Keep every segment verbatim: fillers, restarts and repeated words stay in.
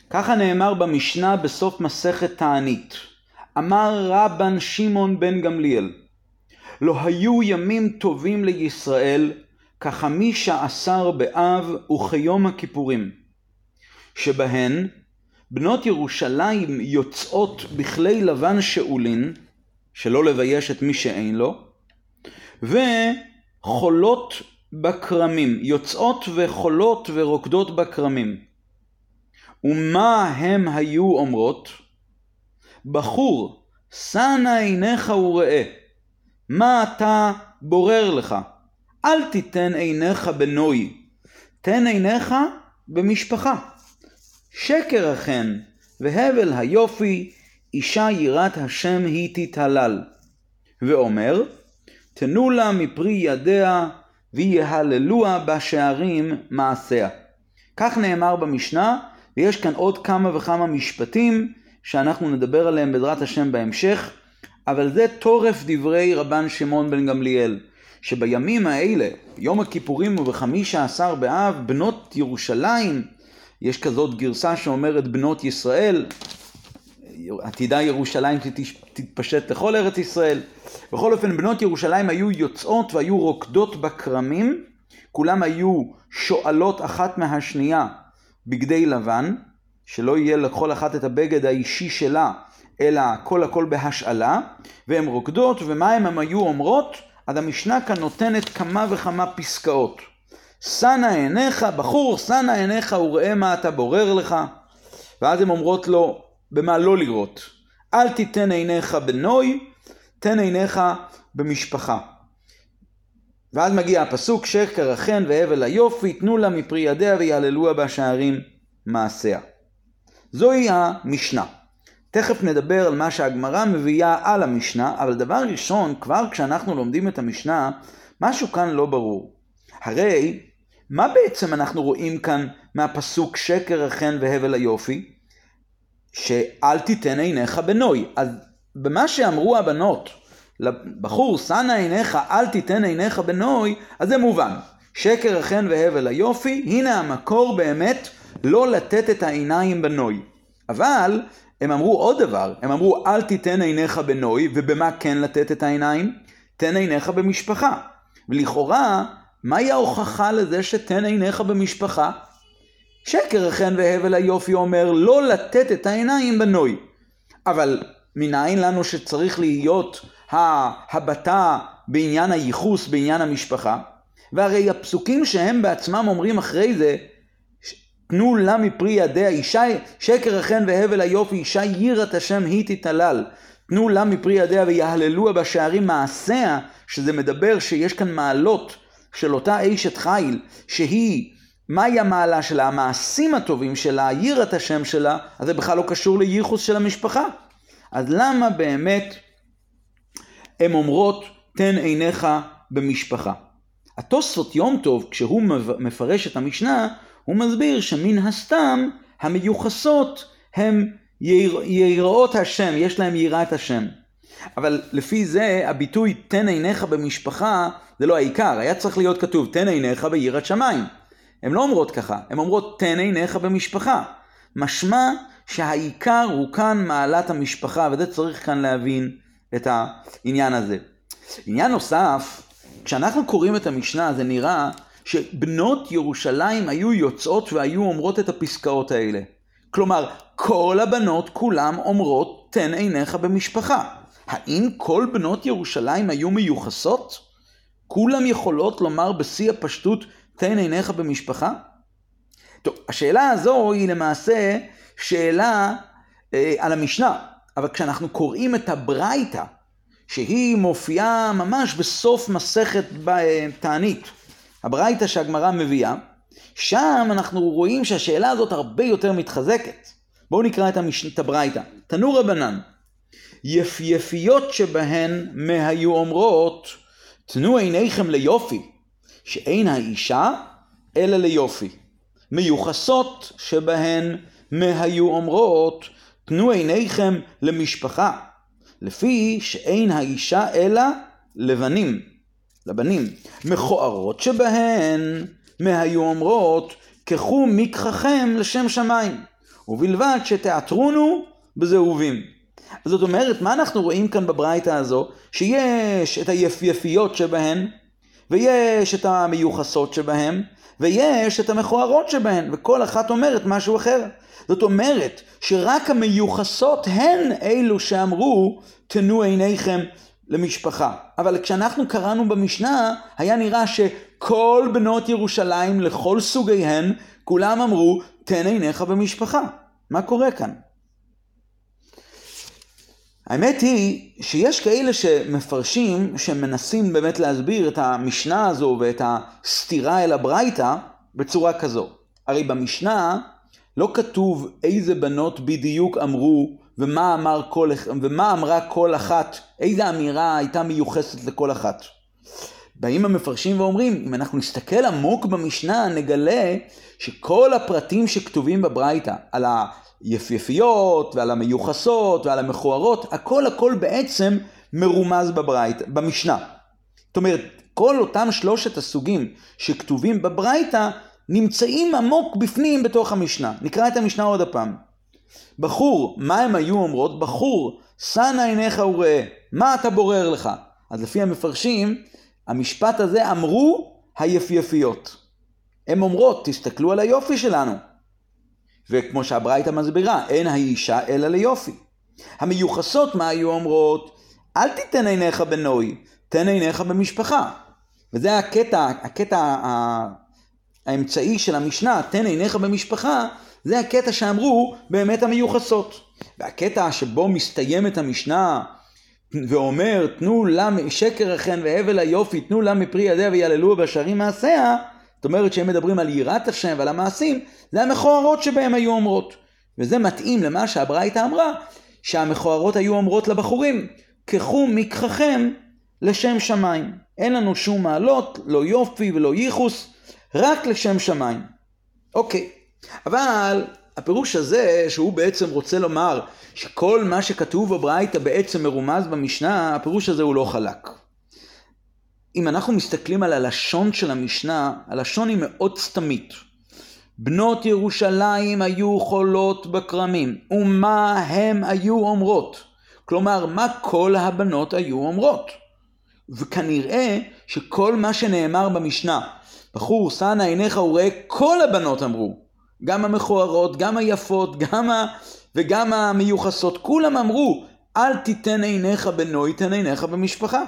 ככה נאמר במשנה בסוף מסכת תענית. אמר רבן שמעון בן גמליאל, לא היו ימים טובים לישראל כחמישה עשר באב וכיום הכיפורים, שבהן בנות ירושלים יוצאות בכלי לבן שאולין, שלא לבייש את מי שאין לו, וחולות בקרמים, יוצאות וחולות ורוקדות בקרמים. ומה הם היו אומרות? בחור, שנה עיניך וראה, מה אתה בורר לך? אל תיתן עיניך בנוי, תן עיניך במשפחה. שקר אכן, והבל היופי, אישה יראת השם היא תתהלל. ואומר, תנו לה מפרי ידיה, ויהללוה בשערים מעשיה. כך נאמר במשנה, ויש כאן עוד כמה וכמה משפטים, שאנחנו נדבר עליהם בעזרת השם בהמשך, אבל זה תורף דברי רבן שמעון בן גמליאל, שבימים האלה, יום הכיפורים ובחמישה עשר באב, בנות ירושלים, יש כזאת גרסה שאומרת בנות ישראל, עתידה ירושלים תתפשט לכל ארץ ישראל. בכל אופן, בנות ירושלים היו יוצאות והיו רוקדות בקרמים, כולם היו שואלות אחת מהשנייה בגדי לבן, שלא יהיה לכל אחת את הבגד האישי שלה, אלא כל הכל בהשאלה, והן רוקדות, ומה הם היו אומרות? אז המשנה כאן נותנת כמה וכמה פסקאות. שנה עיניך, בחור, שנה עיניך וראה מה אתה בורר לך. ואז הן אומרות לו, במה לא לראות? אל תיתן עיניך בנוי, תן עיניך במשפחה. ואז מגיע הפסוק, שקר אכן והבל היופי, תנו לה מפרי ידיה ויהללוה בשערים מעשיה. זוהי המשנה. תכף נדבר על מה שהגמרא מביאה על המשנה, אבל דבר ראשון, כבר כשאנחנו לומדים את המשנה, משהו כאן לא ברור. הרי, מה בעצם אנחנו רואים כאן מהפסוק שקר אכן והבל היופי? שאל תיתן עיניך בנוי. אז במה שאמרו הבנות, לבחור שנה עיניך, אל תיתן עיניך בנוי, אז זה מובן. שקר אכן והבל היופי, הנה המקור באמת לא לתת את העיניים בנוי. אבל הם אמרו עוד דבר, הם אמרו אל תיתן עיניך בנוי, ובמה כן לתת את העיניים? תן עיניך במשפחה. ולכאורה, מהי ההוכחה לזה שתן עיניך במשפחה? שקר אכן והבל היופי אומר לא לתת את העיניים בנוי. אבל מנין לנו שצריך להיות ההבטה בעניין הייחוס, בעניין המשפחה? והרי הפסוקים שהם בעצמם אומרים אחרי זה, תנו לה מפרי ידיה, אישה, שקר אכן והבל היופי, אישה יראת השם היא תתהלל. תנו לה מפרי ידיה ויהללוה בשערים מעשיה, שזה מדבר שיש כאן מעלות של אותה אשת חיל, שהיא, מהי המעלה שלה, המעשים הטובים שלה, יראת השם שלה, אז זה בכלל לא קשור לייחוס של המשפחה. אז למה באמת הן אומרות תן עיניך במשפחה? התוספות יום טוב, כשהוא מפרש את המשנה, הוא מסביר שמן הסתם המיוחסות הם יראות השם, יש להם יראת השם. אבל לפי זה הביטוי תן עיניך במשפחה זה לא העיקר, היה צריך להיות כתוב תן עיניך ביראת שמיים. הן לא אומרות ככה, הן אומרות תן עיניך במשפחה. משמע שהעיקר הוא כאן מעלת המשפחה, וזה צריך כאן להבין את העניין הזה. עניין נוסף, כשאנחנו קוראים את המשנה זה נראה שבנות ירושלים היו יוצאות והיו אומרות את הפסקאות האלה. כלומר, כל הבנות כולם אומרות תן עיניך במשפחה. האם כל בנות ירושלים היו מיוחסות? כולם יכולות לומר בשיא הפשטות תן עיניך במשפחה? טוב, השאלה הזו היא למעשה שאלה אה, על המשנה. אבל כשאנחנו קוראים את הברייתא, שהיא מופיעה ממש בסוף מסכת תענית, הברייתא שהגמרא מביאה, שם אנחנו רואים שהשאלה הזאת הרבה יותר מתחזקת. בואו נקרא את, המש... את הברייתא. תנו רבנן, יפייפיות שבהן מהיו אומרות, תנו עיניכם ליופי, שאין האישה אלא ליופי. מיוחסות שבהן מהיו אומרות, תנו עיניכם למשפחה, לפי שאין האישה אלא לבנים, לבנים. מכוערות שבהן מהיו אומרות, קחו מקחכם לשם שמיים. ובלבד שתיאטרונו בזהובים. אז זאת אומרת, מה אנחנו רואים כאן בברייתא הזו? שיש את היפייפיות שבהן, ויש את המיוחסות שבהן, ויש את המכוערות שבהן, וכל אחת אומרת משהו אחר. זאת אומרת שרק המיוחסות הן אלו שאמרו תנו עיניכם למשפחה. אבל כשאנחנו קראנו במשנה, היה נראה שכל בנות ירושלים לכל סוגיהן, כולם אמרו תן עיניך במשפחה. מה קורה כאן? האמת היא שיש כאלה שמפרשים, שמנסים באמת להסביר את המשנה הזו ואת הסתירה אל הברייתא בצורה כזו. הרי במשנה לא כתוב איזה בנות בדיוק אמרו ומה אמר כל, ומה אמרה כל אחת, איזה אמירה הייתה מיוחסת לכל אחת. באים המפרשים ואומרים, אם אנחנו נסתכל עמוק במשנה, נגלה שכל הפרטים שכתובים בברייתא, על היפייפיות ועל המיוחסות ועל המכוערות, הכל הכל בעצם מרומז בברייתא, במשנה. זאת אומרת, כל אותם שלושת הסוגים שכתובים בברייתא, נמצאים עמוק בפנים בתוך המשנה. נקרא את המשנה עוד הפעם. בחור, מה הם היו אומרות? בחור, שנה עיניך וראה, מה אתה בורר לך? אז לפי המפרשים, המשפט הזה אמרו היפייפיות. הם אומרות, תסתכלו על היופי שלנו. וכמו שהברייתא מסבירה, אין האישה אלא ליופי. המיוחסות מה היו אומרות? אל תיתן עיניך בנוי, תן עיניך במשפחה. וזה הקטע, הקטע האמצעי של המשנה, תן עיניך במשפחה, זה הקטע שאמרו באמת המיוחסות. והקטע שבו מסתיימת המשנה ואומר, תנו לה שקר החן והבל היופי, תנו לה מפרי ידיה ויללו בשערים מעשיה, זאת אומרת שהם מדברים על יראת השם ועל המעשים, זה המכוערות שבהם היו אומרות. וזה מתאים למה שהברייתא אמרה, שהמכוערות היו אומרות לבחורים, קחו מקחכם לשם שמיים. אין לנו שום מעלות, לא יופי ולא ייחוס, רק לשם שמיים. אוקיי, אבל הפירוש הזה שהוא בעצם רוצה לומר שכל מה שכתוב בברייתא בעצם מרומז במשנה, הפירוש הזה הוא לא חלק. אם אנחנו מסתכלים על הלשון של המשנה, הלשון היא מאוד סתמית. בנות ירושלים היו חולות בכרמים, ומה הם היו אומרות? כלומר, מה כל הבנות היו אומרות? וכנראה שכל מה שנאמר במשנה, בחור שנה עיניך וראה, כל הבנות אמרו, גם המכוערות, גם היפות, גם ה... וגם המיוחסות, כולם אמרו, אל תיתן עיניך בנוי, תן עיניך במשפחה.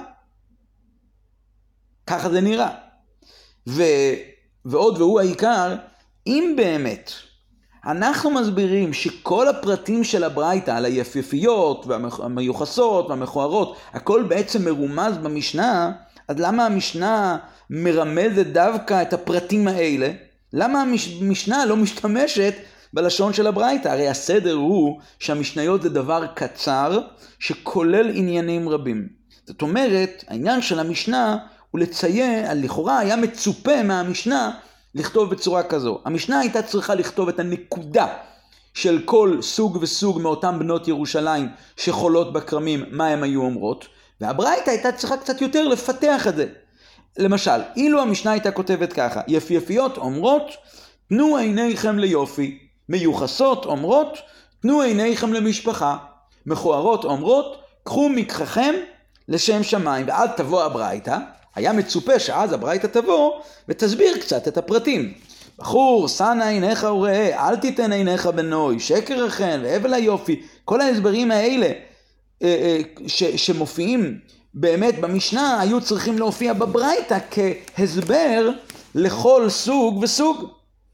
ככה זה נראה. ו... ועוד והוא העיקר, אם באמת אנחנו מסבירים שכל הפרטים של הברייתא על היפייפיות והמיוחסות והמכוערות, הכל בעצם מרומז במשנה, אז למה המשנה מרמזת דווקא את הפרטים האלה? למה המשנה לא משתמשת בלשון של הברייתא? הרי הסדר הוא שהמשניות זה דבר קצר שכולל עניינים רבים. זאת אומרת, העניין של המשנה הוא לציין, לכאורה היה מצופה מהמשנה לכתוב בצורה כזו. המשנה הייתה צריכה לכתוב את הנקודה של כל סוג וסוג מאותם בנות ירושלים שחולות בכרמים, מה הם היו אומרות, והברייתא הייתה צריכה קצת יותר לפתח את זה. למשל, אילו המשנה הייתה כותבת ככה, יפייפיות אומרות, תנו עיניכם ליופי, מיוחסות אומרות, תנו עיניכם למשפחה, מכוערות אומרות, קחו מקחכם לשם שמיים, ואז תבוא הברייתא, היה מצופה שאז הברייתא תבוא ותסביר קצת את הפרטים. בחור, שנה עיניך וראה, אל תיתן עיניך בנוי, שקר החן והבל היופי, כל ההסברים האלה ש, שמופיעים באמת במשנה היו צריכים להופיע בברייתא כהסבר לכל סוג וסוג.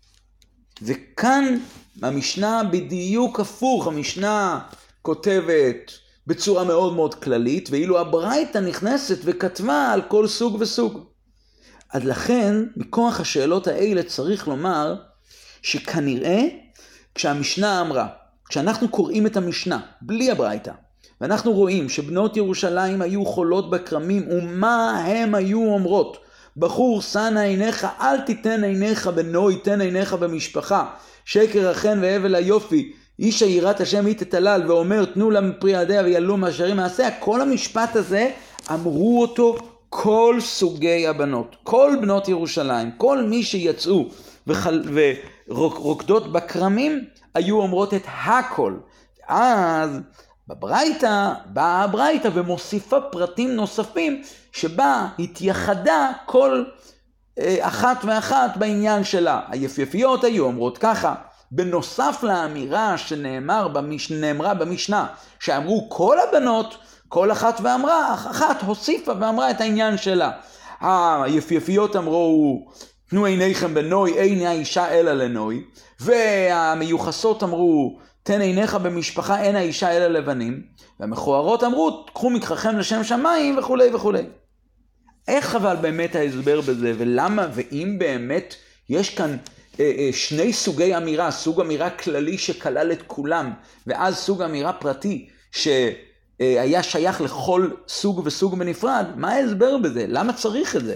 וכאן המשנה בדיוק הפוך, המשנה כותבת בצורה מאוד מאוד כללית, ואילו הברייתא נכנסת וכתבה על כל סוג וסוג. אז לכן, מכוח השאלות האלה צריך לומר שכנראה כשהמשנה אמרה, כשאנחנו קוראים את המשנה בלי הברייתא, ואנחנו רואים שבנות ירושלים היו חולות בכרמים, ומה הם היו אומרות? בחור, שנה עיניך, אל תיתן עיניך בנוי, תן עיניך במשפחה, שקר החן והבל היופי, איש היראת השם היא תתלל, ואומר תנו לה מפרי ידיה ויללו מהשערים מעשיה. כל המשפט הזה אמרו אותו כל סוגי הבנות, כל בנות ירושלים, כל מי שיצאו וחל... ורוקדות בכרמים, היו אומרות את הכל. אז בברייתא, באה הברייתא ומוסיפה פרטים נוספים, שבה התייחדה כל אחת ואחת בעניין שלה. היפיפיות היו אומרות ככה, בנוסף לאמירה שנאמר במש... נאמרה במשנה, שאמרו כל הבנות, כל אחת ואמרה, אחת הוסיפה ואמרה את העניין שלה. היפיפיות אמרו, תנו עיניכם בנוי, אין האישה אלא לנוי, והמיוחסות אמרו, תן עיניך במשפחה, אין האישה אלא לבנים, והמכוערות אמרו, קחו מקחכם לשם שמיים וכו' וכו'. איך אבל באמת ההסבר בזה, ולמה, ואם באמת יש כאן אה, אה, שני סוגי אמירה, סוג אמירה כללי שכלל את כולם, ואז סוג אמירה פרטי שהיה שייך לכל סוג וסוג בנפרד, מה ההסבר בזה? למה צריך את זה?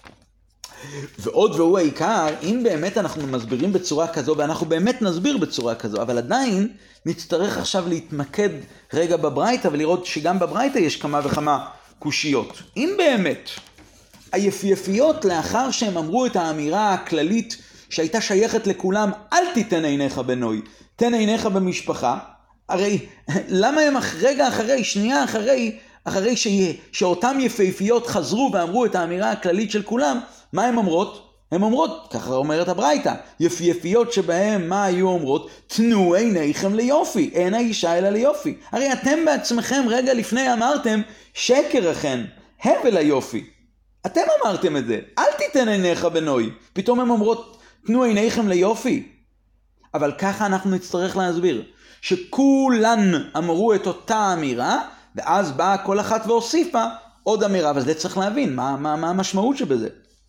ועוד והוא העיקר, אם באמת אנחנו מסבירים בצורה כזו, ואנחנו באמת נסביר בצורה כזו, אבל עדיין נצטרך עכשיו להתמקד רגע בברייתא, ולראות שגם בברייתא יש כמה וכמה קושיות. אם באמת היפיפיות, לאחר שהם אמרו את האמירה הכללית שהייתה שייכת לכולם, אל תיתן עיניך בנוי, תן עיניך במשפחה, הרי למה הם רגע אחרי, שנייה אחרי, אחרי ש... שאותם יפיפיות חזרו ואמרו את האמירה הכללית של כולם, מה הן אומרות? הן אומרות, ככה אומרת הברייתא, יפיפיות שבהם מה היו אומרות? תנו עיניכם ליופי, אין האישה אלא ליופי. הרי אתם בעצמכם רגע לפני אמרתם, שקר אכן, הבל היופי. אתם אמרתם את זה, אל תיתן עיניך בנוי. פתאום הן אומרות, תנו עיניכם ליופי. אבל ככה אנחנו נצטרך להסביר, שכולן אמרו את אותה אמירה, ואז באה כל אחת והוסיפה עוד אמירה, וזה צריך להבין, מה, מה, מה המשמעות שבזה.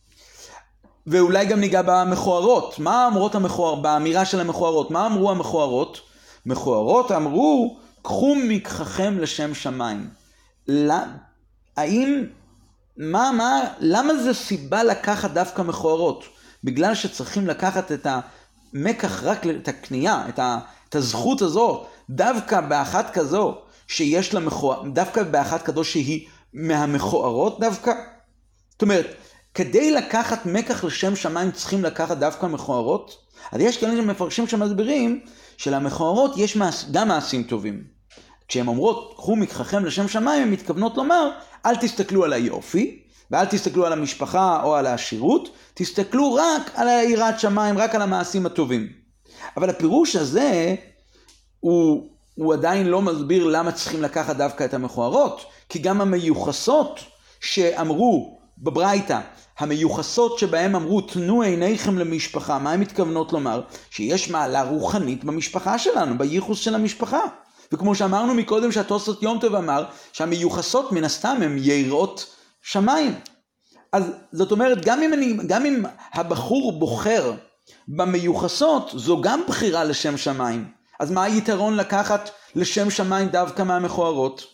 ואולי גם ניגע במכוערות. מה אמרות המכוער, באמירה של המכוערות? מה אמרו המכוערות? מכוערות אמרו, קחו מקחכם לשם שמיים. לא, האם, מה, מה, למה זה סיבה לקחת דווקא מכוערות? בגלל שצריכים לקחת את המקח, רק את הקנייה, את, ה, את הזכות הזו, דווקא באחת כזו, שיש לה מכוער, דווקא באחת כזו שהיא מהמכוערות דווקא? זאת אומרת, כדי לקחת מקח לשם שמיים צריכים לקחת דווקא מכוערות? אז יש כאלה שמפרשים שמסבירים שלמכוערות יש גם מעשים טובים. כשהן אומרות, קחו מקחכם לשם שמיים, הן מתכוונות לומר, אל תסתכלו על היופי, ואל תסתכלו על המשפחה או על העשירות, תסתכלו רק על יראת שמיים, רק על המעשים הטובים. אבל הפירוש הזה, הוא, הוא עדיין לא מסביר למה צריכים לקחת דווקא את המכוערות, כי גם המיוחסות שאמרו בברייתא, המיוחסות שבהם אמרו תנו עיניכם למשפחה, מה הן מתכוונות לומר? שיש מעלה רוחנית במשפחה שלנו, בייחוס של המשפחה. וכמו שאמרנו מקודם שהתוספות יום טוב אמר, שהמיוחסות מן הסתם הן יראות שמיים. אז זאת אומרת, גם אם, אני, גם אם הבחור בוחר במיוחסות, זו גם בחירה לשם שמיים. אז מה היתרון לקחת לשם שמיים דווקא מהמכוערות?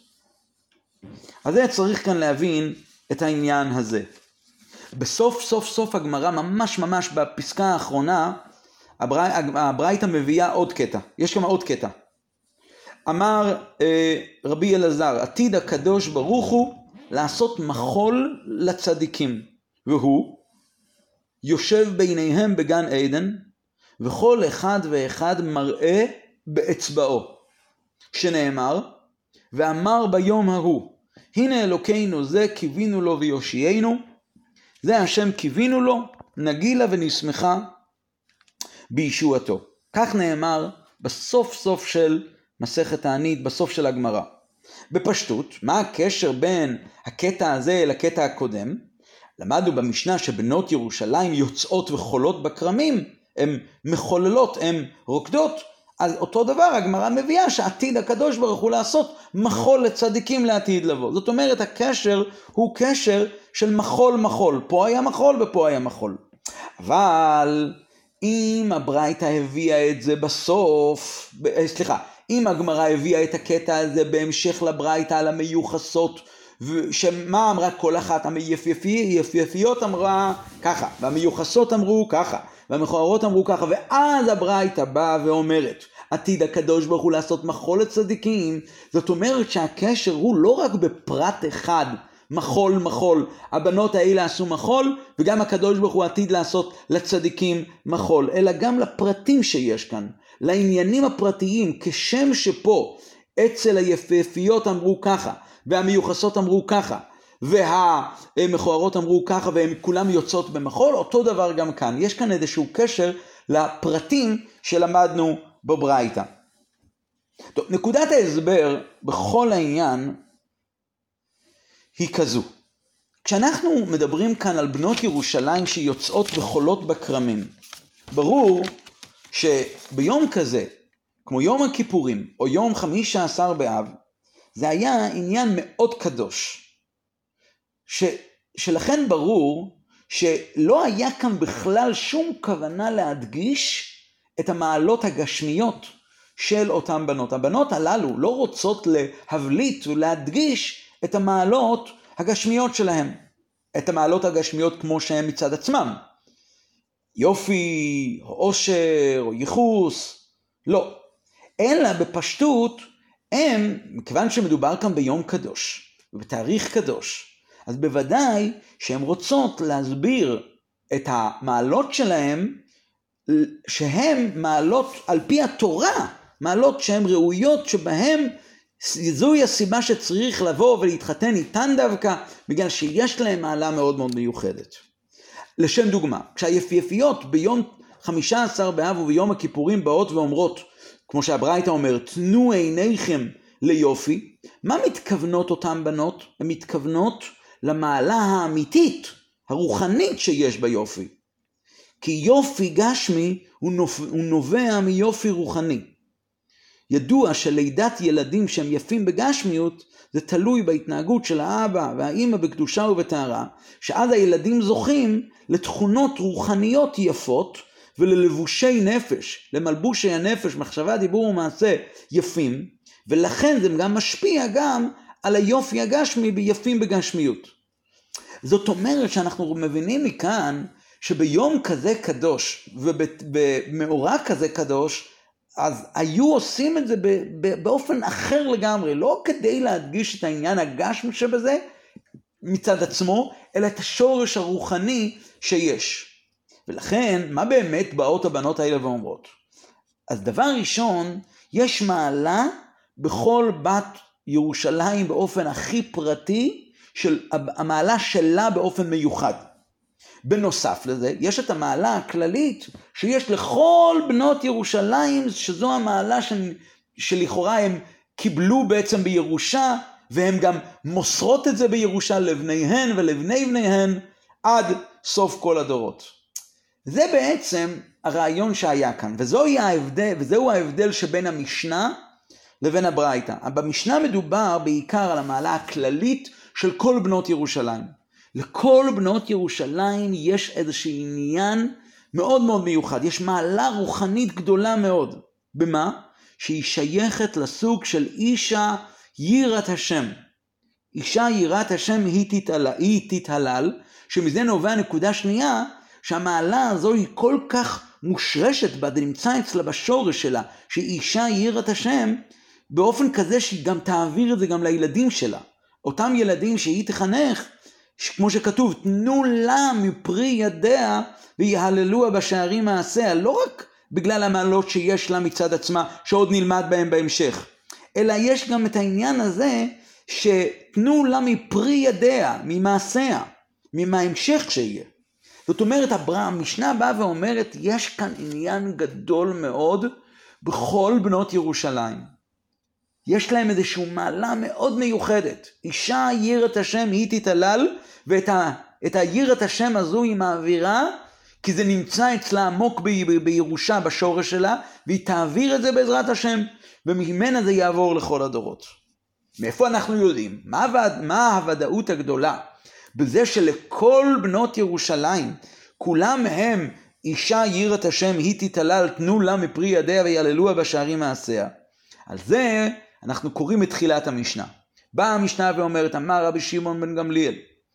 אז זה צריך כאן להבין את העניין הזה. בסוף סוף סוף הגמרא, ממש ממש בפסקה האחרונה, הברייתא מביאה עוד קטע. יש כמה עוד קטע. אמר אה, רבי אלעזר, עתיד הקדוש ברוך הוא לעשות מחול לצדיקים, והוא יושב ביניהם בגן עדן, וכל אחד ואחד מראה באצבעו, שנאמר, ואמר ביום ההוא, הנה אלוקינו זה קיווינו לו ויושיינו, זה השם קיווינו לו, נגילה ונשמחה בישועתו. כך נאמר בסוף סוף של מסכת תענית, בסוף של הגמרא. בפשטות, מה הקשר בין הקטע הזה לקטע הקודם? למדנו במשנה שבנות ירושלים יוצאות וחולות בכרמים, הן מחוללות, הן רוקדות. אז אותו דבר הגמרא מביאה שעתיד הקדוש ברוך הוא לעשות מחול לצדיקים לעתיד לבוא. זאת אומרת, הקשר הוא קשר של מחול מחול. פה היה מחול ופה היה מחול. אבל אם הברייתא הביאה את זה בסוף, סליחה, אם הגמרא הביאה את הקטע הזה בהמשך לברייתא על המיוחסות, שמה אמרה כל אחת? היפיפיות אמרה ככה, והמיוחסות אמרו ככה, והמכוערות אמרו ככה, ואז הברייתא באה ואומרת, עתיד הקדוש ברוך הוא לעשות מחול לצדיקים. זאת אומרת שהקשר הוא לא רק בפרט אחד, מחול מחול, הבנות האלה עשו מחול, וגם הקדוש ברוך הוא עתיד לעשות לצדיקים מחול, אלא גם לפרטים שיש כאן, לעניינים הפרטיים, כשם שפה אצל היפהפיות אמרו ככה, והמיוחסות אמרו ככה, והמכוערות אמרו ככה, והן כולם יוצאות במחול, אותו דבר גם כאן. יש כאן איזשהו קשר לפרטים שלמדנו בברייתא. טוב, נקודת ההסבר בכל העניין היא כזו. כשאנחנו מדברים כאן על בנות ירושלים שיוצאות וחולות בכרמים, ברור שביום כזה, כמו יום הכיפורים או יום חמישה עשר באב, זה היה עניין מאוד קדוש. ש, שלכן ברור שלא היה כאן בכלל שום כוונה להדגיש את המעלות הגשמיות של אותן בנות. הבנות הללו לא רוצות להבליט ולהדגיש את המעלות הגשמיות שלהם, את המעלות הגשמיות כמו שהן מצד עצמם. יופי, או עושר, או ייחוס, לא. אלא בפשטות, הם, מכיוון שמדובר כאן ביום קדוש, ובתאריך קדוש, אז בוודאי שהן רוצות להסביר את המעלות שלהם, שהן מעלות על פי התורה, מעלות שהן ראויות, שבהן זוהי הסיבה שצריך לבוא ולהתחתן איתן דווקא, בגלל שיש להם מעלה מאוד מאוד מיוחדת. לשם דוגמה, כשהיפהפיות ביום חמישה עשר באב וביום הכיפורים באות ואומרות, כמו שהברייתא אומר, תנו עיניכם ליופי, מה מתכוונות אותן בנות? הן מתכוונות למעלה האמיתית, הרוחנית שיש ביופי. כי יופי גשמי הוא נובע מיופי רוחני. ידוע שלידת ילדים שהם יפים בגשמיות, זה תלוי בהתנהגות של האבא והאמא בקדושה ובטהרה, שאז הילדים זוכים לתכונות רוחניות יפות, וללבושי נפש, למלבושי הנפש, מחשבה, דיבור ומעשה יפים, ולכן זה גם משפיע גם על היופי הגשמי ביפים בגשמיות. זאת אומרת שאנחנו מבינים מכאן, שביום כזה קדוש, ובמאורע כזה קדוש, אז היו עושים את זה באופן אחר לגמרי, לא כדי להדגיש את העניין הגשמי שבזה מצד עצמו, אלא את השורש הרוחני שיש. ולכן, מה באמת באות הבנות האלה ואומרות? אז דבר ראשון, יש מעלה בכל בת ירושלים באופן הכי פרטי, של המעלה שלה באופן מיוחד. בנוסף לזה, יש את המעלה הכללית שיש לכל בנות ירושלים, שזו המעלה של, שלכאורה הם קיבלו בעצם בירושה, והם גם מוסרות את זה בירושה לבניהן ולבני בניהן, עד סוף כל הדורות. זה בעצם הרעיון שהיה כאן, וזוהי ההבדל, וזהו ההבדל שבין המשנה לבין הברייתא. במשנה מדובר בעיקר על המעלה הכללית של כל בנות ירושלים. לכל בנות ירושלים יש איזשהו עניין מאוד מאוד מיוחד. יש מעלה רוחנית גדולה מאוד. במה? שהיא שייכת לסוג של אישה יראת השם. אישה יראת השם היא תתהלל, היא תתהלל, שמזה נובע נקודה שנייה, שהמעלה הזו היא כל כך מושרשת בה, נמצא אצלה בשורש שלה, שהיא אישה יראת השם, באופן כזה שהיא גם תעביר את זה גם לילדים שלה. אותם ילדים שהיא תחנך, כמו שכתוב, תנו לה מפרי ידיה ויהללוה בשערים מעשיה, לא רק בגלל המעלות שיש לה מצד עצמה, שעוד נלמד בהם בהמשך, אלא יש גם את העניין הזה, שתנו לה מפרי ידיה, ממעשיה, מההמשך שיהיה. זאת אומרת, המשנה באה ואומרת, יש כאן עניין גדול מאוד בכל בנות ירושלים. יש להם איזושהי מעלה מאוד מיוחדת. אישה יראת השם היא תתהלל, ואת ה, את היראת השם הזו היא מעבירה, כי זה נמצא אצלה עמוק ב, בירושה, בשורש שלה, והיא תעביר את זה בעזרת השם, וממנה זה יעבור לכל הדורות. מאיפה אנחנו יודעים? מה, מה הוודאות הגדולה? בזה שלכל בנות ירושלים, כולם הם אישה יראת השם היא תתהלל, תנו לה מפרי ידיה ויהללוה בשערים מעשיה. על זה אנחנו קוראים את תחילת המשנה. באה המשנה ואומרת, אמר רבי שמעון בן גמליאל,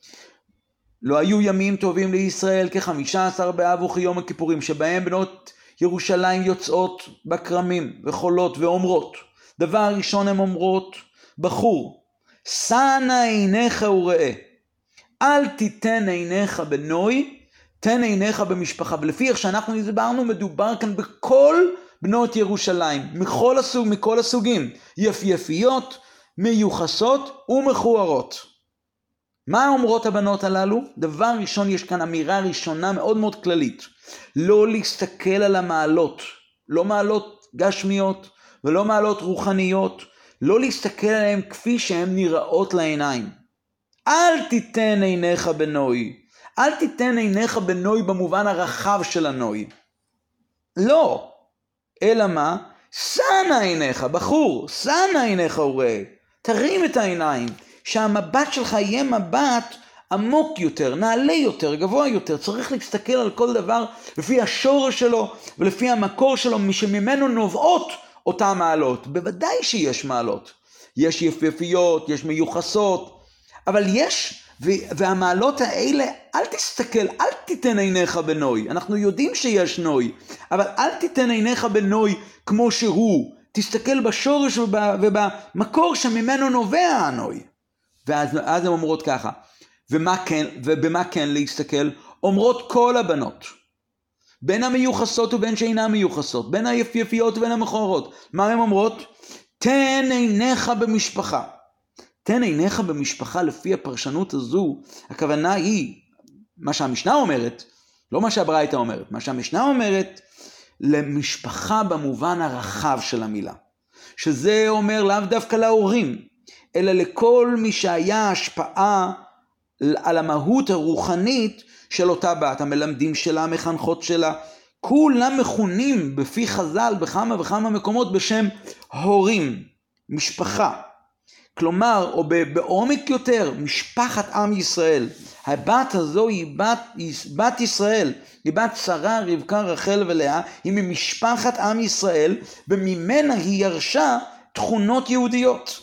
לא היו ימים טובים לישראל כחמישה עשר באב וכיום הכיפורים, שבהם בנות ירושלים יוצאות בכרמים וחולות ואומרות. דבר ראשון הן אומרות, בחור, שנה עיניך וראה, אל תיתן עיניך בנוי, תן עיניך במשפחה. ולפי איך שאנחנו הסברנו, מדובר כאן בכל בנות ירושלים, מכל הסוג, מכל הסוגים, יפייפיות, מיוחסות ומכוערות. מה אומרות הבנות הללו? דבר ראשון, יש כאן אמירה ראשונה מאוד מאוד כללית. לא להסתכל על המעלות, לא מעלות גשמיות ולא מעלות רוחניות, לא להסתכל עליהן כפי שהן נראות לעיניים. אל תיתן עיניך בנוי, אל תיתן עיניך בנוי במובן הרחב של הנוי. לא, אלא מה? סנה עיניך, בחור, סנה עיניך וראה. תרים את העיניים, שהמבט שלך יהיה מבט עמוק יותר, נעלה יותר, גבוה יותר. צריך להסתכל על כל דבר לפי השורש שלו ולפי המקור שלו, שממנו נובעות אותם מעלות. בוודאי שיש מעלות. יש יפייפיות, יש מיוחסות, אבל יש, והמעלות האלה, אל תסתכל, אל תיתן עיניך בנוי. אנחנו יודעים שיש נוי, אבל אל תיתן עיניך בנוי כמו שהוא. תסתכל בשורש ובמקור שממנו נובע הנוי. ואז הן אומרות ככה, ומה כן, ובמה כן להסתכל? אומרות כל הבנות, בין המיוחסות ובין שאינן מיוחסות, בין היפייפיות ובין המכוערות. מה הן אומרות? תן עיניך במשפחה. תן עיניך במשפחה, לפי הפרשנות הזו, הכוונה היא, מה שהמשנה אומרת, לא מה שהברייתא אומרת, מה שהמשנה אומרת, למשפחה במובן הרחב של המילה. שזה אומר לאו דווקא להורים, אלא לכל מי שהיה השפעה על המהות הרוחנית של אותה בת, המלמדים שלה, המחנכות שלה, כולם מכונים בפי חז"ל בכמה וכמה מקומות בשם הורים, משפחה. כלומר, או בעומק יותר, משפחת עם ישראל. הבת הזו היא בת, היא בת ישראל, היא בת שרה, רבקה, רחל ולאה, היא ממשפחת עם ישראל, וממנה היא ירשה תכונות יהודיות.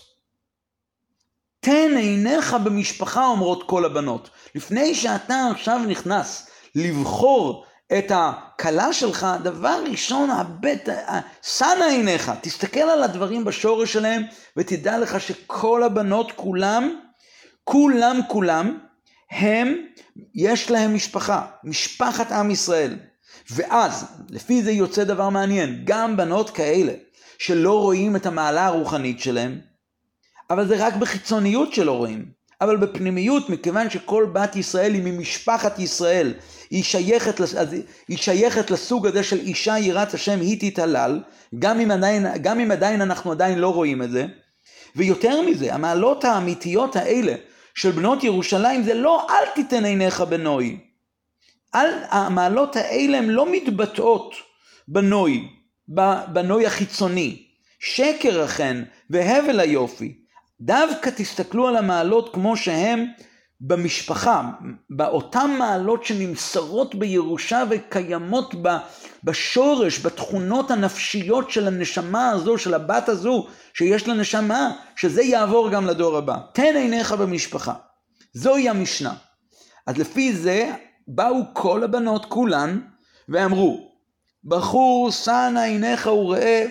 תן עיניך במשפחה, אומרות כל הבנות. לפני שאתה עכשיו נכנס לבחור את הכלה שלך, דבר ראשון, הבט, סנה עיניך, תסתכל על הדברים בשורש שלהם, ותדע לך שכל הבנות כולם, כולם כולם, הם, יש להם משפחה, משפחת עם ישראל. ואז, לפי זה יוצא דבר מעניין, גם בנות כאלה, שלא רואים את המעלה הרוחנית שלהם, אבל זה רק בחיצוניות שלא רואים. אבל בפנימיות, מכיוון שכל בת ישראל היא ממשפחת ישראל, היא שייכת, היא שייכת לסוג הזה של אישה יראת השם, היא תתהלל, גם אם עדיין, גם אם עדיין אנחנו עדיין לא רואים את זה. ויותר מזה, המעלות האמיתיות האלה של בנות ירושלים, זה לא אל תיתן עיניך בנוי. על, המעלות האלה הן לא מתבטאות בנוי, בנוי החיצוני. שקר אכן והבל היופי. דווקא תסתכלו על המעלות כמו שהם במשפחה, באותן מעלות שנמסרות בירושה וקיימות בשורש, בתכונות הנפשיות של הנשמה הזו, של הבת הזו, שיש לה נשמה, שזה יעבור גם לדור הבא. תן עיניך במשפחה. זוהי המשנה. אז לפי זה באו כל הבנות כולן ואמרו, בחור סנה עיניך וראה,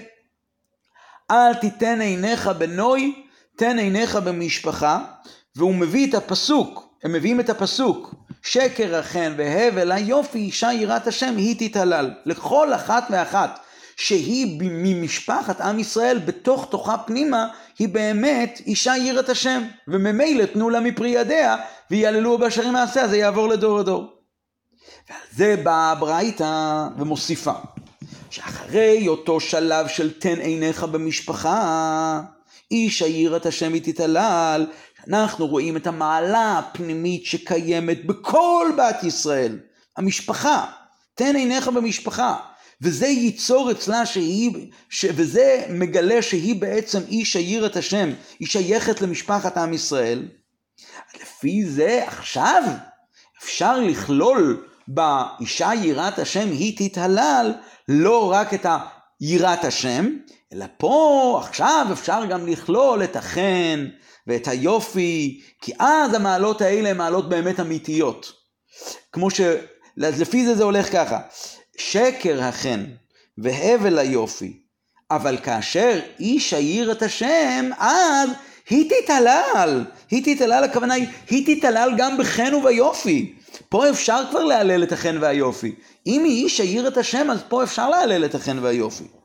אל תיתן עיניך בנוי, תן עיניך במשפחה. והוא מביא את הפסוק, הם מביאים את הפסוק, שקר אכן והבל היופי אישה יראת השם היא תתהלל. לכל אחת ואחת שהיא ממשפחת עם ישראל, בתוך תוכה פנימה, היא באמת אישה יראת השם, וממילא תנו לה מפרי ידיה ויעללו באשר מעשה, זה יעבור לדור הדור. ועל זה באה הברייתא ומוסיפה, שאחרי אותו שלב של תן עיניך במשפחה, אישה יראת השם היא תתהלל, אנחנו רואים את המעלה הפנימית שקיימת בכל בת ישראל, המשפחה. תן עיניך במשפחה, וזה ייצור אצלה שהיא, ש... וזה מגלה שהיא בעצם אישה יראת השם, היא שייכת למשפחת עם ישראל. לפי זה עכשיו אפשר לכלול באישה יראת השם היא תתהלל לא רק את היראת השם, אלא פה עכשיו אפשר גם לכלול את החן ואת היופי, כי אז המעלות האלה הן מעלות באמת אמיתיות. כמו ש... לפי זה זה הולך ככה, שקר החן והבל היופי, אבל כאשר אישה יראת השם, אז היא תתהלל, היא תתהלל, הכוונה היא, היא תתהלל גם בחן וביופי. פה אפשר כבר להלל את החן והיופי. אם היא אישה יראת השם, אז פה אפשר להלל את החן והיופי.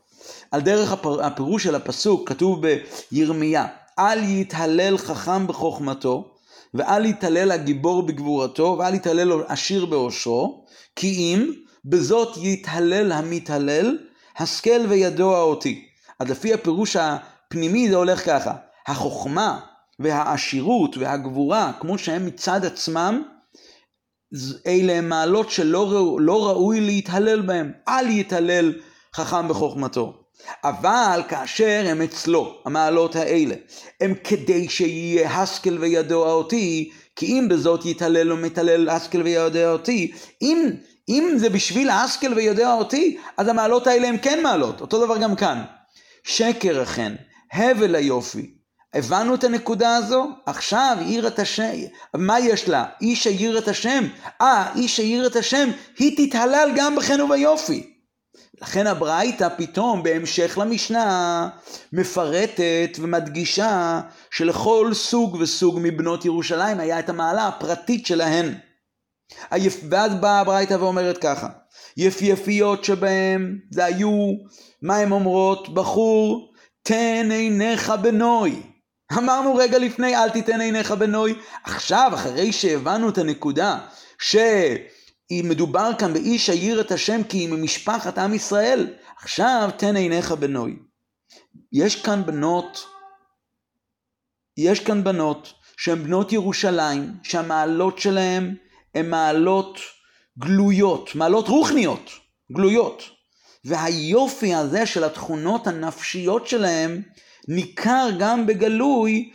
על דרך הפירוש של הפסוק, כתוב בירמיה, אל יתהלל חכם בחוכמתו, ואל יתהלל הגיבור בגבורתו, ואל יתהלל עשיר בעושרו, כי אם בזאת יתהלל המתהלל, השכל וידוע אותי. אז לפי הפירוש הפנימי זה הולך ככה, החוכמה והעשירות והגבורה, כמו שהם מצד עצמם, אלה הם מעלות שלא ראו, לא ראוי להתהלל בהם. אל יתהלל חכם בחוכמתו. אבל כאשר הם אצלו, המעלות האלה, הם כדי שיהיה השכל וידוע אותי, כי אם בזאת יתהלל ומתהלל השכל וידוע אותי, אם, אם זה בשביל השכל וידוע אותי, אז המעלות האלה הם כן מעלות. אותו דבר גם כאן. שקר אכן, הבל היופי. הבנו את הנקודה הזו? עכשיו יראת השם, מה יש לה? איש היראת השם. אה, איש היראת השם, היא תתהלל גם בחן וביופי. לכן הברייתא פתאום בהמשך למשנה מפרטת ומדגישה שלכל סוג וסוג מבנות ירושלים היה את המעלה הפרטית שלהן. ואז באה הברייתא ואומרת ככה, יפייפיות שבהם זה היו, מה הן אומרות? בחור, תן עיניך בנוי. אמרנו רגע לפני, אל תיתן עיניך בנוי. עכשיו, אחרי שהבנו את הנקודה, שאם מדובר כאן באיש היראת השם, כי היא ממשפחת עם ישראל, עכשיו תן עיניך בנוי. יש כאן בנות, יש כאן בנות, שהן בנות ירושלים, שהמעלות שלהן הן מעלות גלויות, מעלות רוחניות, גלויות. והיופי הזה של התכונות הנפשיות שלהן, ניכר גם בגלוי,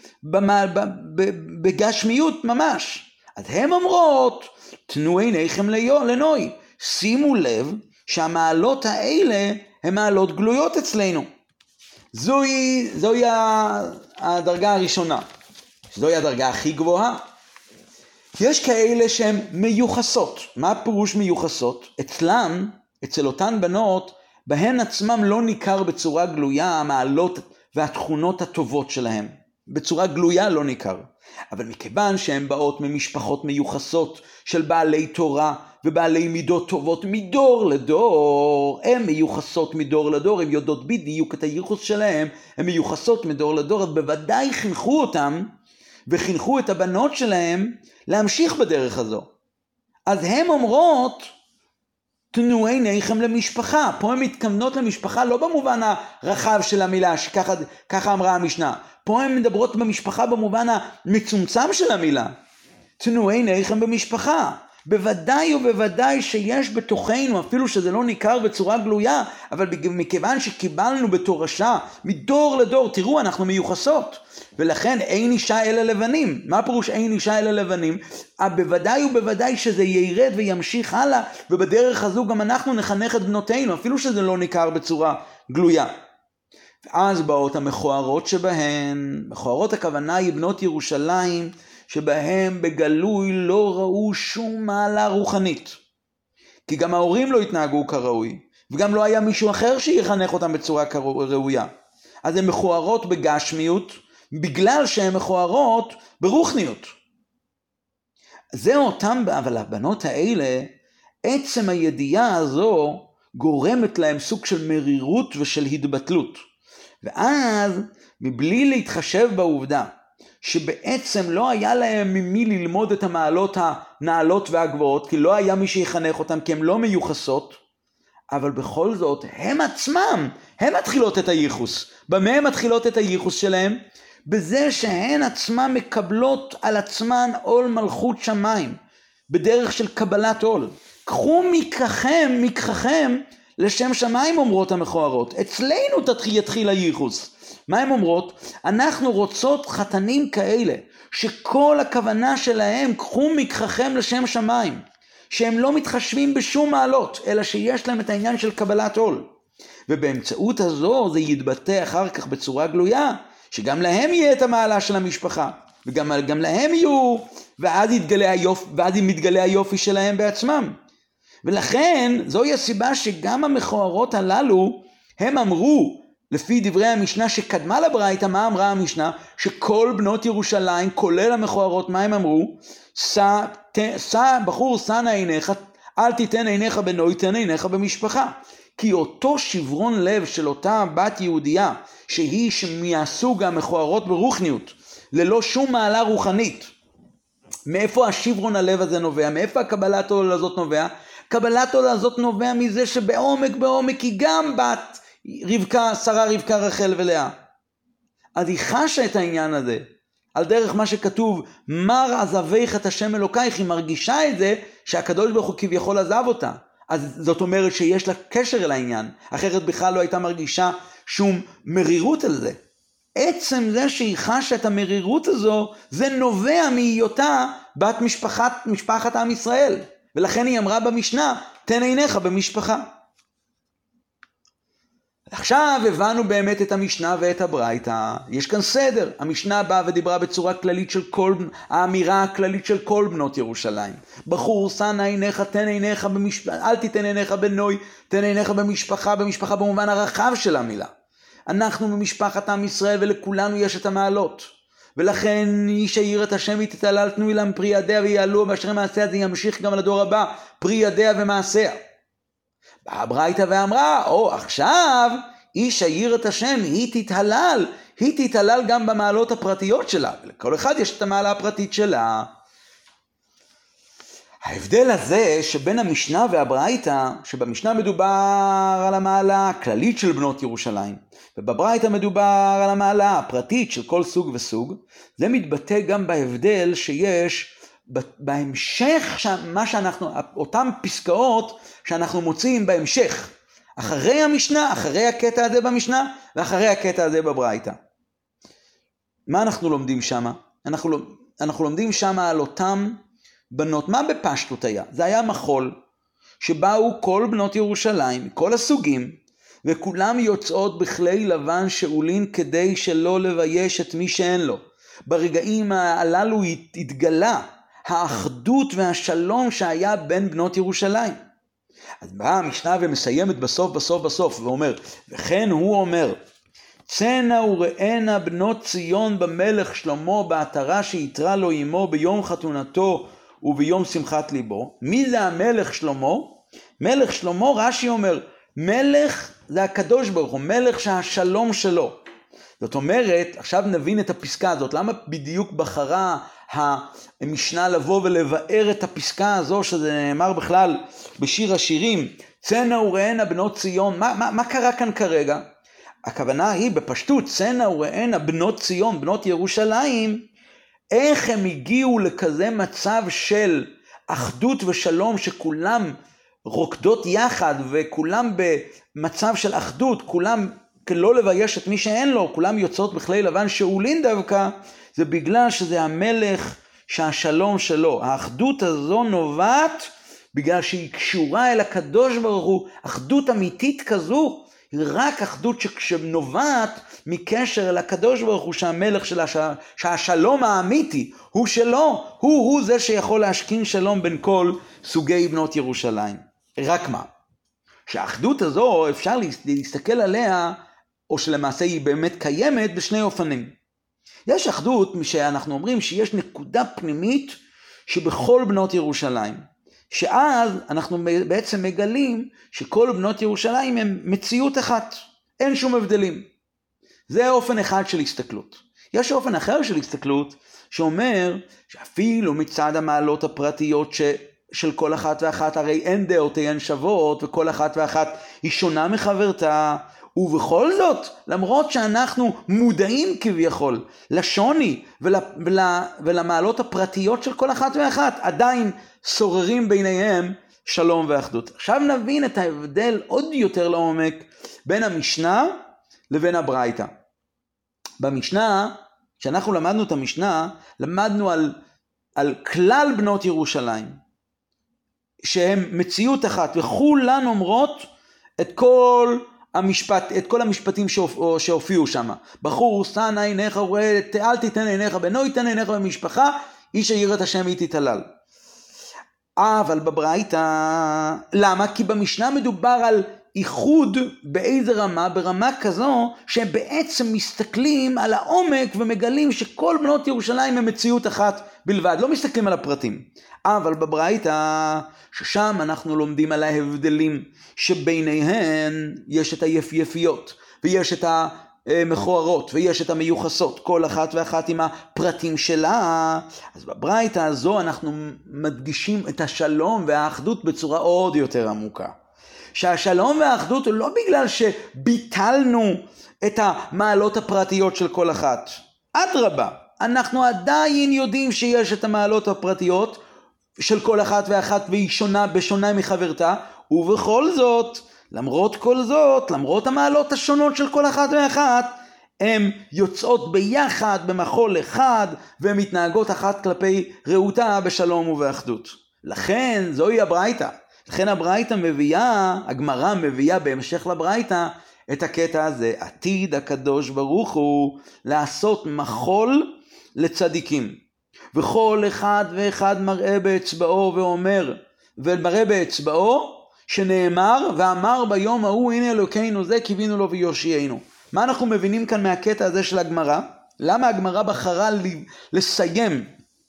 בגשמיות ממש. אז הן אומרות, תנו עיניכם לנוי. שימו לב שהמעלות האלה הן מעלות גלויות אצלנו. זוהי, זוהי הדרגה הראשונה. זוהי הדרגה הכי גבוהה. יש כאלה שהן מיוחסות. מה הפירוש מיוחסות? אצלם, אצל אותן בנות, בהן עצמם לא ניכר בצורה גלויה המעלות והתכונות הטובות שלהם. בצורה גלויה לא ניכר. אבל מכיוון שהן באות ממשפחות מיוחסות של בעלי תורה ובעלי מידות טובות מדור לדור, הן מיוחסות מדור לדור, הן יודעות בדיוק את הייחוס שלהם, הן מיוחסות מדור לדור, אז בוודאי חינכו אותם וחינכו את הבנות שלהם להמשיך בדרך הזו. אז הן אומרות, תנו עיניכם למשפחה. פה הן מתכוונות למשפחה לא במובן הרחב של המילה, שככה ככה אמרה המשנה. פה הן מדברות במשפחה במובן המצומצם של המילה. תנו עיניכם במשפחה. בוודאי ובוודאי שיש בתוכנו, אפילו שזה לא ניכר בצורה גלויה, אבל מכיוון שקיבלנו בתורשה, מדור לדור, תראו, אנחנו מיוחסות. ולכן אין אישה אלה לבנים. מה פירוש אין אישה אלה לבנים? בוודאי ובוודאי שזה ירד וימשיך הלאה, ובדרך הזו גם אנחנו נחנך את בנותינו, אפילו שזה לא ניכר בצורה גלויה. ואז באות המכוערות שבהן, מכוערות הכוונה היא בנות ירושלים, שבהם בגלוי לא ראו שום מעלה רוחנית. כי גם ההורים לא התנהגו כראוי, וגם לא היה מישהו אחר שיחנך אותם בצורה ראויה. אז הן מכוערות בגשמיות, בגלל שהן מכוערות ברוחניות. זה אותם, אבל הבנות האלה, עצם הידיעה הזו גורמת להם סוג של מרירות ושל התבטלות. ואז, מבלי להתחשב בעובדה, שבעצם לא היה להם ממי ללמוד את המעלות הנעלות והגבוהות, כי לא היה מי שיחנך אותם, כי הם לא מיוחסות, אבל בכל זאת, הם עצמם, הם מתחילות את הייחוס. במה הם מתחילות את הייחוס שלהם? בזה שהן עצמם מקבלות על עצמן עול מלכות שמיים, בדרך של קבלת עול. קחו מככם, מככם, לשם שמיים אומרות המכוערות. אצלנו תתחיל, יתחיל הייחוס. מה הן אומרות? אנחנו רוצות חתנים כאלה, שכל הכוונה שלהם, קחו מככם לשם שמיים, שהם לא מתחשבים בשום מעלות, אלא שיש להם את העניין של קבלת עול. ובאמצעות הזו זה יתבטא אחר כך בצורה גלויה, שגם להם יהיה את המעלה של המשפחה, וגם גם להם יהיו, ואז יתגלה היופי, ואז מתגלה היופי שלהם בעצמם. ולכן זוהי הסיבה שגם המכוערות הללו, הם אמרו, לפי דברי המשנה שקדמה לברייתא, מה אמרה המשנה? שכל בנות ירושלים, כולל המכוערות, מה הם אמרו? סע, ת, סע, בחור, סע נא עיניך, אל תיתן עיניך בנוי, תן עיניך במשפחה. כי אותו שברון לב של אותה בת יהודייה, שהיא מהסוג המכוערות ברוחניות, ללא שום מעלה רוחנית, מאיפה השברון הלב הזה נובע? מאיפה הקבלת עול הזאת נובע? קבלת עול הזאת נובע מזה שבעומק בעומק היא גם בת רבקה, שרה רבקה רחל ולאה. אז היא חשה את העניין הזה, על דרך מה שכתוב, מר עזבך את השם אלוקייך, היא מרגישה את זה שהקדוש ברוך הוא כביכול עזב אותה. אז זאת אומרת שיש לה קשר אל העניין, אחרת בכלל לא הייתה מרגישה שום מרירות על זה. עצם זה שהיא חשה את המרירות הזו, זה נובע מהיותה בת משפחת, משפחת עם ישראל. ולכן היא אמרה במשנה, תן עיניך במשפחה. עכשיו הבנו באמת את המשנה ואת הברייתא. יש כאן סדר. המשנה באה ודיברה בצורה כללית של כל, האמירה הכללית של כל בנות ירושלים. בחור, שא עיניך, תן עיניך במשפחה, אל תתן עיניך בנוי, תן עיניך במשפחה, במשפחה במובן הרחב של המילה. אנחנו ממשפחת עם ישראל ולכולנו יש את המעלות. ולכן איש העיר את השם יתתהלל תנו אילם פרי ידיה ויעלו, ואשר מעשיה זה ימשיך גם לדור הבא, פרי ידיה ומעשיה. באה הברייתא ואמרה, או עכשיו איש העיר את השם היא תתהלל, היא תתהלל גם במעלות הפרטיות שלה, ולכל אחד יש את המעלה הפרטית שלה. ההבדל הזה שבין המשנה והברייתא, שבמשנה מדובר על המעלה הכללית של בנות ירושלים, ובברייתא מדובר על המעלה הפרטית של כל סוג וסוג, זה מתבטא גם בהבדל שיש בהמשך, מה שאנחנו, אותם פסקאות שאנחנו מוצאים בהמשך, אחרי המשנה, אחרי הקטע הזה במשנה, ואחרי הקטע הזה בברייתא. מה אנחנו לומדים שם? אנחנו, אנחנו לומדים שם על אותם בנות, מה בפשטות היה? זה היה מחול, שבאו כל בנות ירושלים, כל הסוגים, וכולם יוצאות בכלי לבן שאולין כדי שלא לבייש את מי שאין לו. ברגעים הללו התגלה האחדות והשלום שהיה בין בנות ירושלים. אז באה המשנה ומסיימת בסוף בסוף בסוף ואומר, וכן הוא אומר, צאנה וראינה בנות ציון במלך שלמה בעטרה שיתרה לו עמו ביום חתונתו וביום שמחת ליבו. מי זה המלך שלמה? מלך שלמה, רש"י אומר, מלך זה הקדוש ברוך הוא, מלך שהשלום שלו. זאת אומרת, עכשיו נבין את הפסקה הזאת, למה בדיוק בחרה המשנה לבוא ולבאר את הפסקה הזו, שזה נאמר בכלל בשיר השירים, צאנה וראינה בנות ציון, מה, מה, מה קרה כאן כרגע? הכוונה היא בפשטות, צאנה וראינה בנות ציון, בנות ירושלים, איך הם הגיעו לכזה מצב של אחדות ושלום, שכולם רוקדות יחד, וכולם במצב של אחדות, כולם לא לבייש את מי שאין לו, כולם יוצאות בכלי לבן שאולין דווקא, זה בגלל שזה המלך שהשלום שלו. האחדות הזו נובעת בגלל שהיא קשורה אל הקדוש ברוך הוא, אחדות אמיתית כזו, היא רק אחדות שנובעת מקשר אל הקדוש ברוך הוא, שהמלך שלה, שהשלום האמיתי הוא שלו, הוא הוא זה שיכול להשכין שלום בין כל סוגי בנות ירושלים. רק מה? שהאחדות הזו אפשר להסתכל עליה, או שלמעשה היא באמת קיימת בשני אופנים. יש אחדות שאנחנו אומרים שיש נקודה פנימית שבכל בנות ירושלים, שאז אנחנו בעצם מגלים שכל בנות ירושלים הם מציאות אחת, אין שום הבדלים. זה אופן אחד של הסתכלות. יש אופן אחר של הסתכלות שאומר שאפילו מצד המעלות הפרטיות ש... של כל אחת ואחת, הרי אין דעותיהן שוות, וכל אחת ואחת היא שונה מחברתה, ובכל זאת, למרות שאנחנו מודעים כביכול לשוני ול, ול, ולמעלות הפרטיות של כל אחת ואחת, עדיין שוררים ביניהם שלום ואחדות. עכשיו נבין את ההבדל עוד יותר לעומק בין המשנה לבין הברייתא. במשנה, כשאנחנו למדנו את המשנה, למדנו על, על כלל בנות ירושלים, שהם מציאות אחת, וכולן אומרות את כל המשפט, את כל המשפטים שהופיעו שם. בחור, שא עיניך וראה, אל תיתן עיניך בנוי, תן עיניך במשפחה, איש העיר את השם היא תתהלל. אבל בברייתא, למה? כי במשנה מדובר על איחוד באיזה רמה, ברמה כזו שבעצם מסתכלים על העומק ומגלים שכל בנות ירושלים הם מציאות אחת בלבד, לא מסתכלים על הפרטים. אבל בברייתא, ששם אנחנו לומדים על ההבדלים שביניהן יש את היפייפיות ויש את המכוערות ויש את המיוחסות, כל אחת ואחת עם הפרטים שלה. אז בברייתא הזו אנחנו מדגישים את השלום והאחדות בצורה עוד יותר עמוקה. שהשלום והאחדות הוא לא בגלל שביטלנו את המעלות הפרטיות של כל אחת. אדרבה, אנחנו עדיין יודעים שיש את המעלות הפרטיות של כל אחת ואחת והיא שונה בשונה מחברתה, ובכל זאת, למרות כל זאת, למרות המעלות השונות של כל אחת ואחת, הן יוצאות ביחד במחול אחד ומתנהגות אחת כלפי רעותה בשלום ובאחדות. לכן זוהי הברייתא. לכן הברייתא מביאה, הגמרא מביאה בהמשך לברייתא את הקטע הזה. עתיד הקדוש ברוך הוא לעשות מחול לצדיקים. וכל אחד ואחד מראה באצבעו ואומר, ומראה באצבעו שנאמר, ואמר ביום ההוא הנה אלוקינו זה קיווינו לו ויושיענו. מה אנחנו מבינים כאן מהקטע הזה של הגמרא? למה הגמרא בחרה לסיים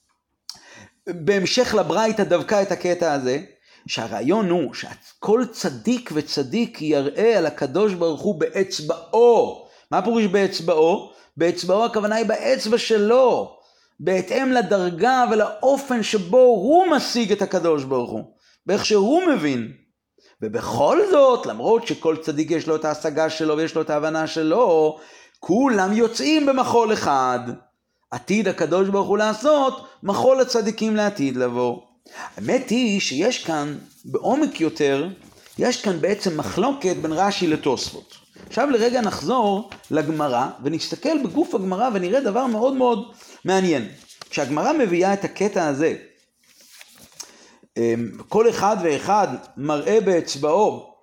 בהמשך לברייתא דווקא את הקטע הזה? שהרעיון הוא שכל צדיק וצדיק יראה על הקדוש ברוך הוא באצבעו. מה פירוש באצבעו? באצבעו הכוונה היא באצבע שלו, בהתאם לדרגה ולאופן שבו הוא משיג את הקדוש ברוך הוא, באיך שהוא מבין. ובכל זאת, למרות שכל צדיק יש לו את ההשגה שלו ויש לו את ההבנה שלו, כולם יוצאים במחול אחד. עתיד הקדוש ברוך הוא לעשות מחול לצדיקים לעתיד לבוא. האמת היא שיש כאן בעומק יותר, יש כאן בעצם מחלוקת בין רש"י לתוספות. עכשיו לרגע נחזור לגמרא ונסתכל בגוף הגמרא ונראה דבר מאוד מאוד מעניין. כשהגמרא מביאה את הקטע הזה, כל אחד ואחד מראה באצבעו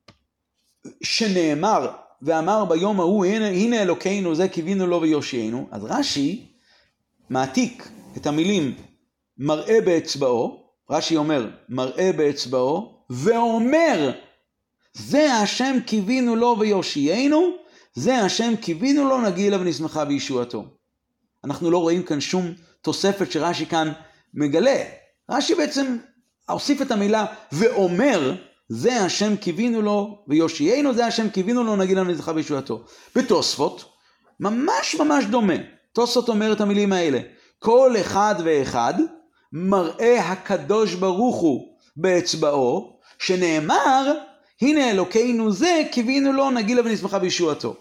שנאמר ואמר ביום ההוא הנה, הנה אלוקינו זה קיווינו לו ויושיענו, אז רש"י מעתיק את המילים מראה באצבעו, רש"י אומר מראה באצבעו ואומר זה השם קיווינו לו ויושיענו, זה השם קיווינו לו נגילה ונשמחה בישועתו. אנחנו לא רואים כאן שום תוספת שרש"י כאן מגלה. רש"י בעצם הוסיף את המילה ואומר זה השם קיווינו לו ויושיענו, זה השם קיווינו לו נגילה ונשמחה בישועתו. בתוספות ממש ממש דומה. תוספות אומר את המילים האלה, כל אחד ואחד מראה הקדוש ברוך הוא באצבעו שנאמר הנה אלוקינו זה קיווינו לו נגילה ונשמחה בישועתו.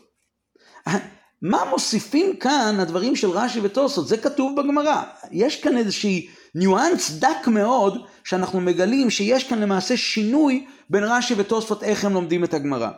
מה מוסיפים כאן הדברים של רש"י ותוספות? זה כתוב בגמרא. יש כאן איזושהי ניואנס דק מאוד שאנחנו מגלים שיש כאן למעשה שינוי בין רש"י ותוספות איך הם לומדים את הגמרא.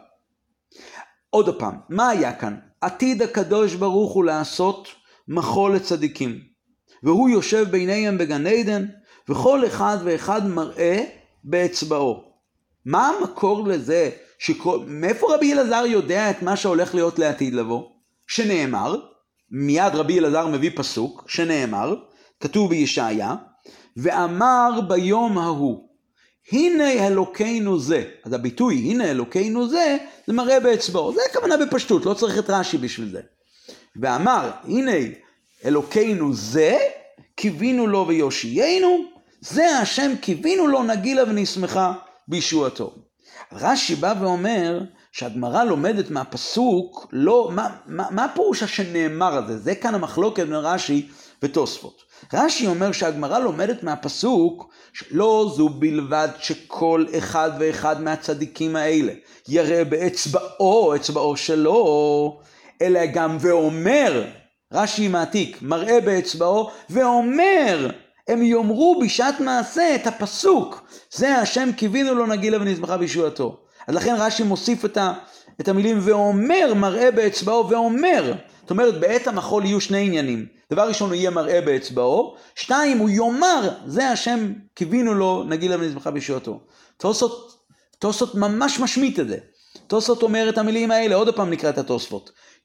עוד פעם, מה היה כאן? עתיד הקדוש ברוך הוא לעשות מחול לצדיקים, והוא יושב ביניהם בגן עדן, וכל אחד ואחד מראה באצבעו. מה המקור לזה? שכל... מאיפה רבי אלעזר יודע את מה שהולך להיות לעתיד לבוא? שנאמר, מיד רבי אלעזר מביא פסוק, שנאמר, כתוב בישעיה, ואמר ביום ההוא, הנה אלוקינו זה. אז הביטוי, הנה אלוקינו זה, זה מראה באצבעו. זה הכוונה בפשטות, לא צריך את רש"י בשביל זה. ואמר, הנה אלוקינו זה, קיווינו לו ויושיענו, זה השם קיווינו לו נגילה ונשמחה בישועתו. רש"י בא ואומר שהגמרא לומדת מהפסוק, לא, מה, מה, מה הפירוש שנאמר הזה? זה כאן המחלוקת בין רש"י ותוספות. רש"י אומר שהגמרא לומדת מהפסוק, לא זו בלבד שכל אחד ואחד מהצדיקים האלה יראה באצבעו, אצבעו שלו, אלא גם ואומר, רש"י מעתיק, מראה באצבעו ואומר, הם יאמרו בשעת מעשה את הפסוק, זה השם קיווינו לו נגילה ונשמחה בישועתו. אז לכן רש"י מוסיף את, ה, את המילים ואומר, מראה באצבעו ואומר. זאת אומרת, בעת המחול יהיו שני עניינים. דבר ראשון הוא יהיה מראה באצבעו, שתיים הוא יאמר, זה השם קיווינו לו נגילה ונשמחה בישועתו. תוספות, תוספות ממש משמיט את זה. תוספות אומר את המילים האלה, עוד פעם נקרא את התוספות.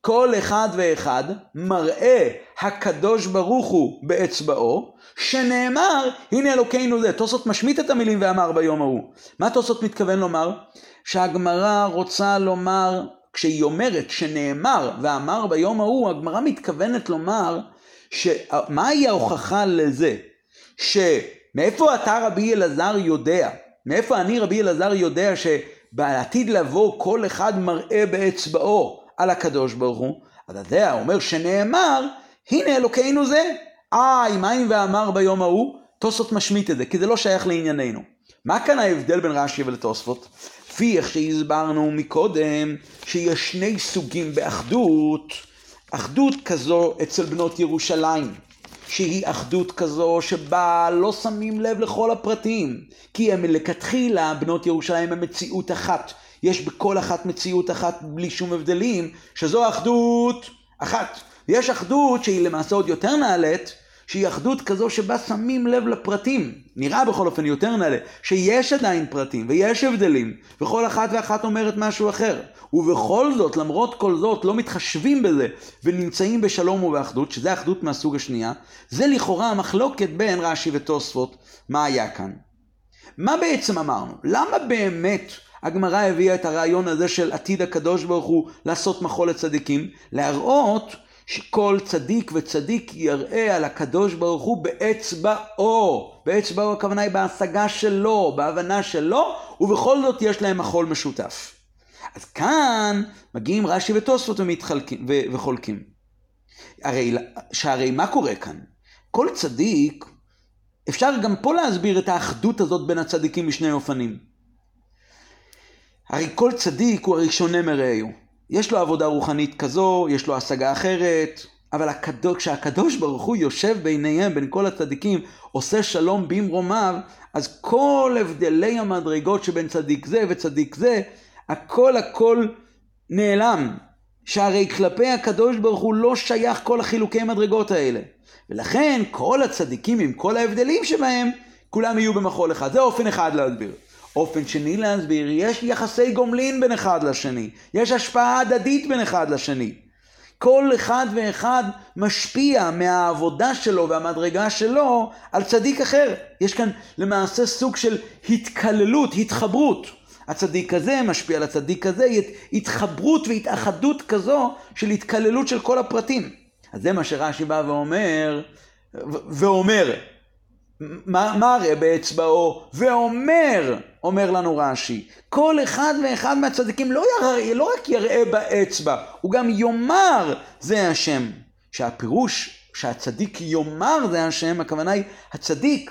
כל אחד ואחד מראה הקדוש ברוך הוא באצבעו, שנאמר, הנה אלוקינו זה. תוספות משמיט את המילים ואמר ביום ההוא. מה תוספות מתכוון לומר? שהגמרא רוצה לומר, כשהיא אומרת שנאמר ואמר ביום ההוא, הגמרא מתכוונת לומר, מהי ההוכחה לזה? שמאיפה אתה רבי אלעזר יודע? מאיפה אני רבי אלעזר יודע שבעתיד לבוא כל אחד מראה באצבעו על הקדוש ברוך הוא? אתה יודע, אומר שנאמר, הנה אלוקינו זה. אה, אם אין ואמר ביום ההוא, תוספות משמיט את זה, כי זה לא שייך לענייננו. מה כאן ההבדל בין רש"י ולתוספות? לפי איך שהסברנו מקודם, שיש שני סוגים באחדות, אחדות כזו אצל בנות ירושלים, שהיא אחדות כזו שבה לא שמים לב לכל הפרטים, כי הם לכתחילה, בנות ירושלים הם מציאות אחת, יש בכל אחת מציאות אחת בלי שום הבדלים, שזו אחדות אחת. ויש אחדות שהיא למעשה עוד יותר נעלית, שהיא אחדות כזו שבה שמים לב לפרטים, נראה בכל אופן יותר נעלה, שיש עדיין פרטים ויש הבדלים, וכל אחת ואחת אומרת משהו אחר, ובכל זאת, למרות כל זאת, לא מתחשבים בזה, ונמצאים בשלום ובאחדות, שזה אחדות מהסוג השנייה. זה לכאורה המחלוקת בין רש"י ותוספות. מה היה כאן? מה בעצם אמרנו? למה באמת הגמרא הביאה את הרעיון הזה של עתיד הקדוש ברוך הוא לעשות מחול לצדיקים? להראות שכל צדיק וצדיק יראה על הקדוש ברוך הוא באצבעו. באצבעו הכוונה היא בהשגה שלו, בהבנה שלו, ובכל זאת יש להם מחול משותף. אז כאן מגיעים רש"י ותוספות ומתחלקים ו- וחולקים. הרי, שהרי מה קורה כאן? כל צדיק, אפשר גם פה להסביר את האחדות הזאת בין הצדיקים בשני אופנים. הרי כל צדיק הוא הרי שונה מרעהו. יש לו עבודה רוחנית כזו, יש לו השגה אחרת, אבל הקדוש, כשהקדוש ברוך הוא יושב ביניהם, בין כל הצדיקים, עושה שלום במרומיו, אז כל הבדלי המדרגות שבין צדיק זה וצדיק זה, הכל הכל נעלם. שהרי כלפי הקדוש ברוך הוא לא שייך כל החילוקי מדרגות האלה. ולכן כל הצדיקים עם כל ההבדלים שבהם, כולם יהיו במחול אחד. זה אופן אחד להסביר. אופן שני להסביר, יש יחסי גומלין בין אחד לשני. יש השפעה הדדית בין אחד לשני. כל אחד ואחד משפיע מהעבודה שלו והמדרגה שלו על צדיק אחר. יש כאן למעשה סוג של התקללות, התחברות. הצדיק הזה משפיע על הצדיק הזה, התחברות והתאחדות כזו של התקללות של כל הפרטים. אז זה מה שרש"י בא ואומר, ואומר, מה, מה הרי באצבעו? ואומר, אומר לנו רש"י, כל אחד ואחד מהצדיקים לא, יראה, לא רק יראה באצבע, הוא גם יאמר זה השם. שהפירוש שהצדיק יאמר זה השם, הכוונה היא הצדיק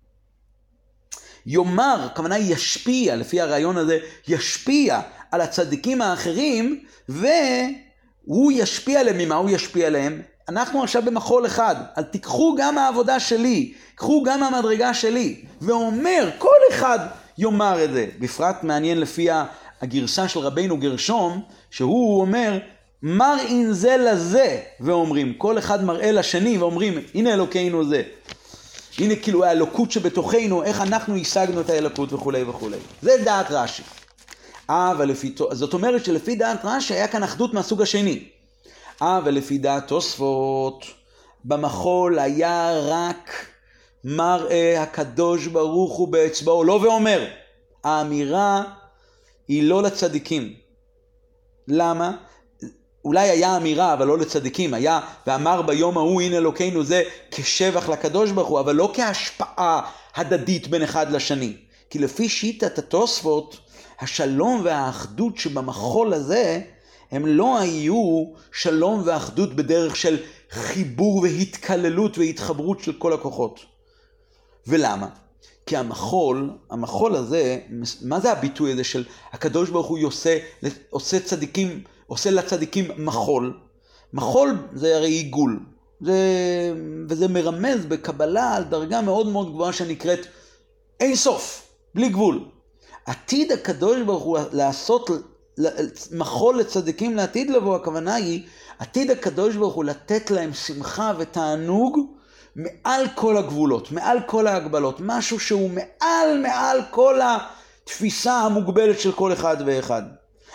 יאמר, הכוונה היא ישפיע, לפי הרעיון הזה, ישפיע על הצדיקים האחרים, והוא ישפיע עליהם. ממה הוא ישפיע עליהם? אנחנו עכשיו במחול אחד, אז תיקחו גם העבודה שלי, קחו גם המדרגה שלי, ואומר, כל אחד יאמר את זה. בפרט מעניין לפי הגרסה של רבינו גרשום, שהוא אומר, מראים זה לזה, ואומרים, כל אחד מראה לשני, ואומרים, הנה אלוקינו זה. הנה כאילו האלוקות שבתוכנו, איך אנחנו השגנו את האלוקות וכו' וכו'. זה דעת רש"י. אבל לפי, זאת אומרת שלפי דעת רש"י היה כאן אחדות מהסוג השני. אבל לפי דעת תוספות, במחול היה רק מראה הקדוש ברוך הוא באצבעו, לא ואומר. האמירה היא לא לצדיקים. למה? אולי היה אמירה, אבל לא לצדיקים. היה ואמר ביום ההוא, הנה אלוקינו זה כשבח לקדוש ברוך הוא, אבל לא כהשפעה הדדית בין אחד לשני. כי לפי שיטת התוספות, השלום והאחדות שבמחול הזה, הם לא היו שלום ואחדות בדרך של חיבור והתקללות והתחברות של כל הכוחות. ולמה? כי המחול, המחול הזה, מה זה הביטוי הזה של הקדוש ברוך הוא עושה, עושה צדיקים, עושה לצדיקים מחול? מחול זה הרי עיגול. זה, וזה מרמז בקבלה על דרגה מאוד מאוד גבוהה שנקראת אין סוף, בלי גבול. עתיד הקדוש ברוך הוא לעשות מחול לצדיקים לעתיד לבוא, הכוונה היא, עתיד הקדוש ברוך הוא לתת להם שמחה ותענוג מעל כל הגבולות, מעל כל ההגבלות, משהו שהוא מעל מעל כל התפיסה המוגבלת של כל אחד ואחד.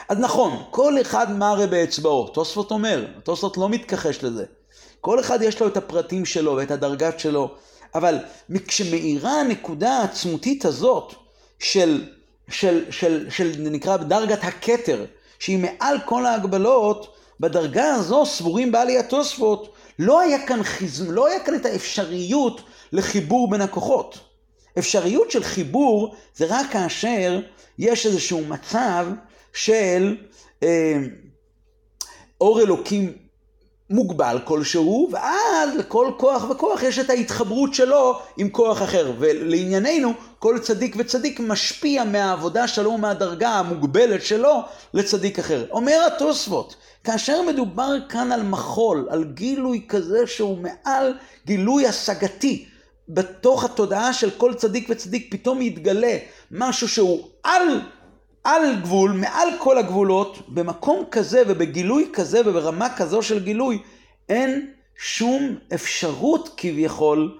אז נכון, כל אחד מראה באצבעו, תוספות אומר, תוספות לא מתכחש לזה. כל אחד יש לו את הפרטים שלו ואת הדרגת שלו, אבל כשמאירה הנקודה העצמותית הזאת של, של, של, של, של נקרא דרגת הכתר, שהיא מעל כל ההגבלות, בדרגה הזו סבורים בעלי התוספות, לא היה כאן חיזום, לא היה כאן את האפשריות לחיבור בין הכוחות. אפשריות של חיבור זה רק כאשר יש איזשהו מצב של אה, אור אלוקים מוגבל כלשהו, ואז לכל כוח וכוח יש את ההתחברות שלו עם כוח אחר. ולענייננו, כל צדיק וצדיק משפיע מהעבודה שלו, מהדרגה המוגבלת שלו לצדיק אחר. אומר התוספות, כאשר מדובר כאן על מחול, על גילוי כזה שהוא מעל גילוי השגתי, בתוך התודעה של כל צדיק וצדיק פתאום יתגלה משהו שהוא על, על גבול, מעל כל הגבולות, במקום כזה ובגילוי כזה וברמה כזו של גילוי, אין שום אפשרות כביכול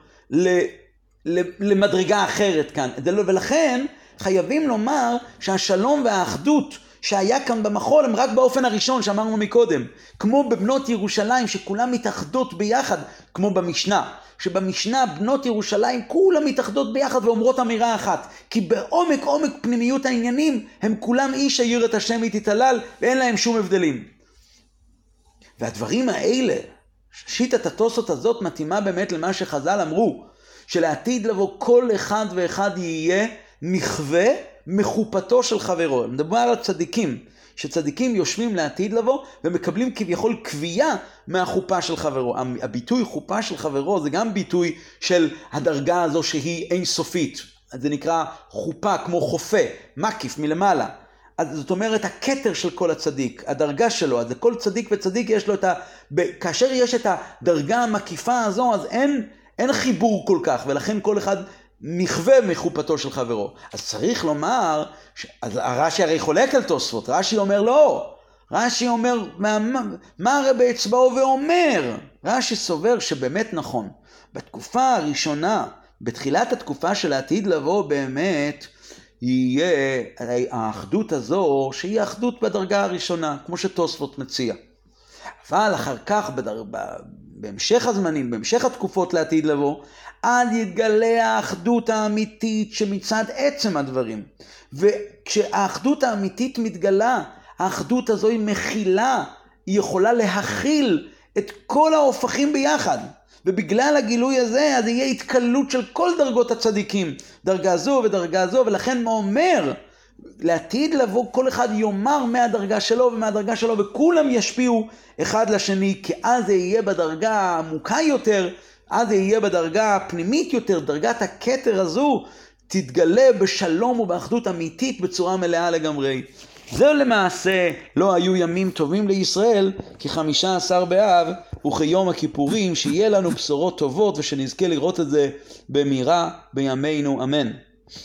למדרגה אחרת כאן. ולכן חייבים לומר שהשלום והאחדות שהיה כאן במחול הם רק באופן הראשון שאמרנו מקודם, כמו בבנות ירושלים שכולם מתאחדות ביחד, כמו במשנה, שבמשנה בנות ירושלים כולם מתאחדות ביחד ואומרות אמירה אחת, כי בעומק עומק פנימיות העניינים הם כולם איש העיר את השם תתהלל ואין להם שום הבדלים. והדברים האלה, שיטת התוספות הזאת מתאימה באמת למה שחז"ל אמרו, שלעתיד לבוא כל אחד ואחד יהיה נכווה מחופתו של חברו. מדבר על צדיקים, שצדיקים יושבים לעתיד לבוא ומקבלים כביכול קביעה מהחופה של חברו. הביטוי חופה של חברו זה גם ביטוי של הדרגה הזו שהיא אינסופית. זה נקרא חופה כמו חופה, מקיף מלמעלה. אז זאת אומרת הכתר של כל הצדיק, הדרגה שלו, אז כל צדיק וצדיק יש לו את ה... כאשר יש את הדרגה המקיפה הזו, אז אין, אין חיבור כל כך, ולכן כל אחד נכווה מחופתו של חברו. אז צריך לומר, ש... אז רש"י הרי חולק על תוספות, רש"י אומר לא, רש"י אומר, מה, מה הרי באצבעו ואומר, רש"י סובר שבאמת נכון, בתקופה הראשונה, בתחילת התקופה של העתיד לבוא באמת, יהיה האחדות הזו, שהיא האחדות בדרגה הראשונה, כמו שתוספות מציע. אבל אחר כך, בדר... בהמשך הזמנים, בהמשך התקופות לעתיד לבוא, עד יתגלה האחדות האמיתית שמצד עצם הדברים. וכשהאחדות האמיתית מתגלה, האחדות הזו היא מכילה, היא יכולה להכיל את כל ההופכים ביחד. ובגלל הגילוי הזה, אז יהיה התקלות של כל דרגות הצדיקים, דרגה זו ודרגה זו, ולכן מה אומר, לעתיד לבוא כל אחד יאמר מהדרגה שלו ומהדרגה שלו, וכולם ישפיעו אחד לשני, כי אז זה יהיה בדרגה העמוקה יותר, אז זה יהיה בדרגה הפנימית יותר, דרגת הכתר הזו תתגלה בשלום ובאחדות אמיתית בצורה מלאה לגמרי. זה למעשה לא היו ימים טובים לישראל, כי חמישה עשר באב וכיום הכיפורים, שיהיה לנו בשורות טובות ושנזכה לראות את זה במהרה בימינו, אמן.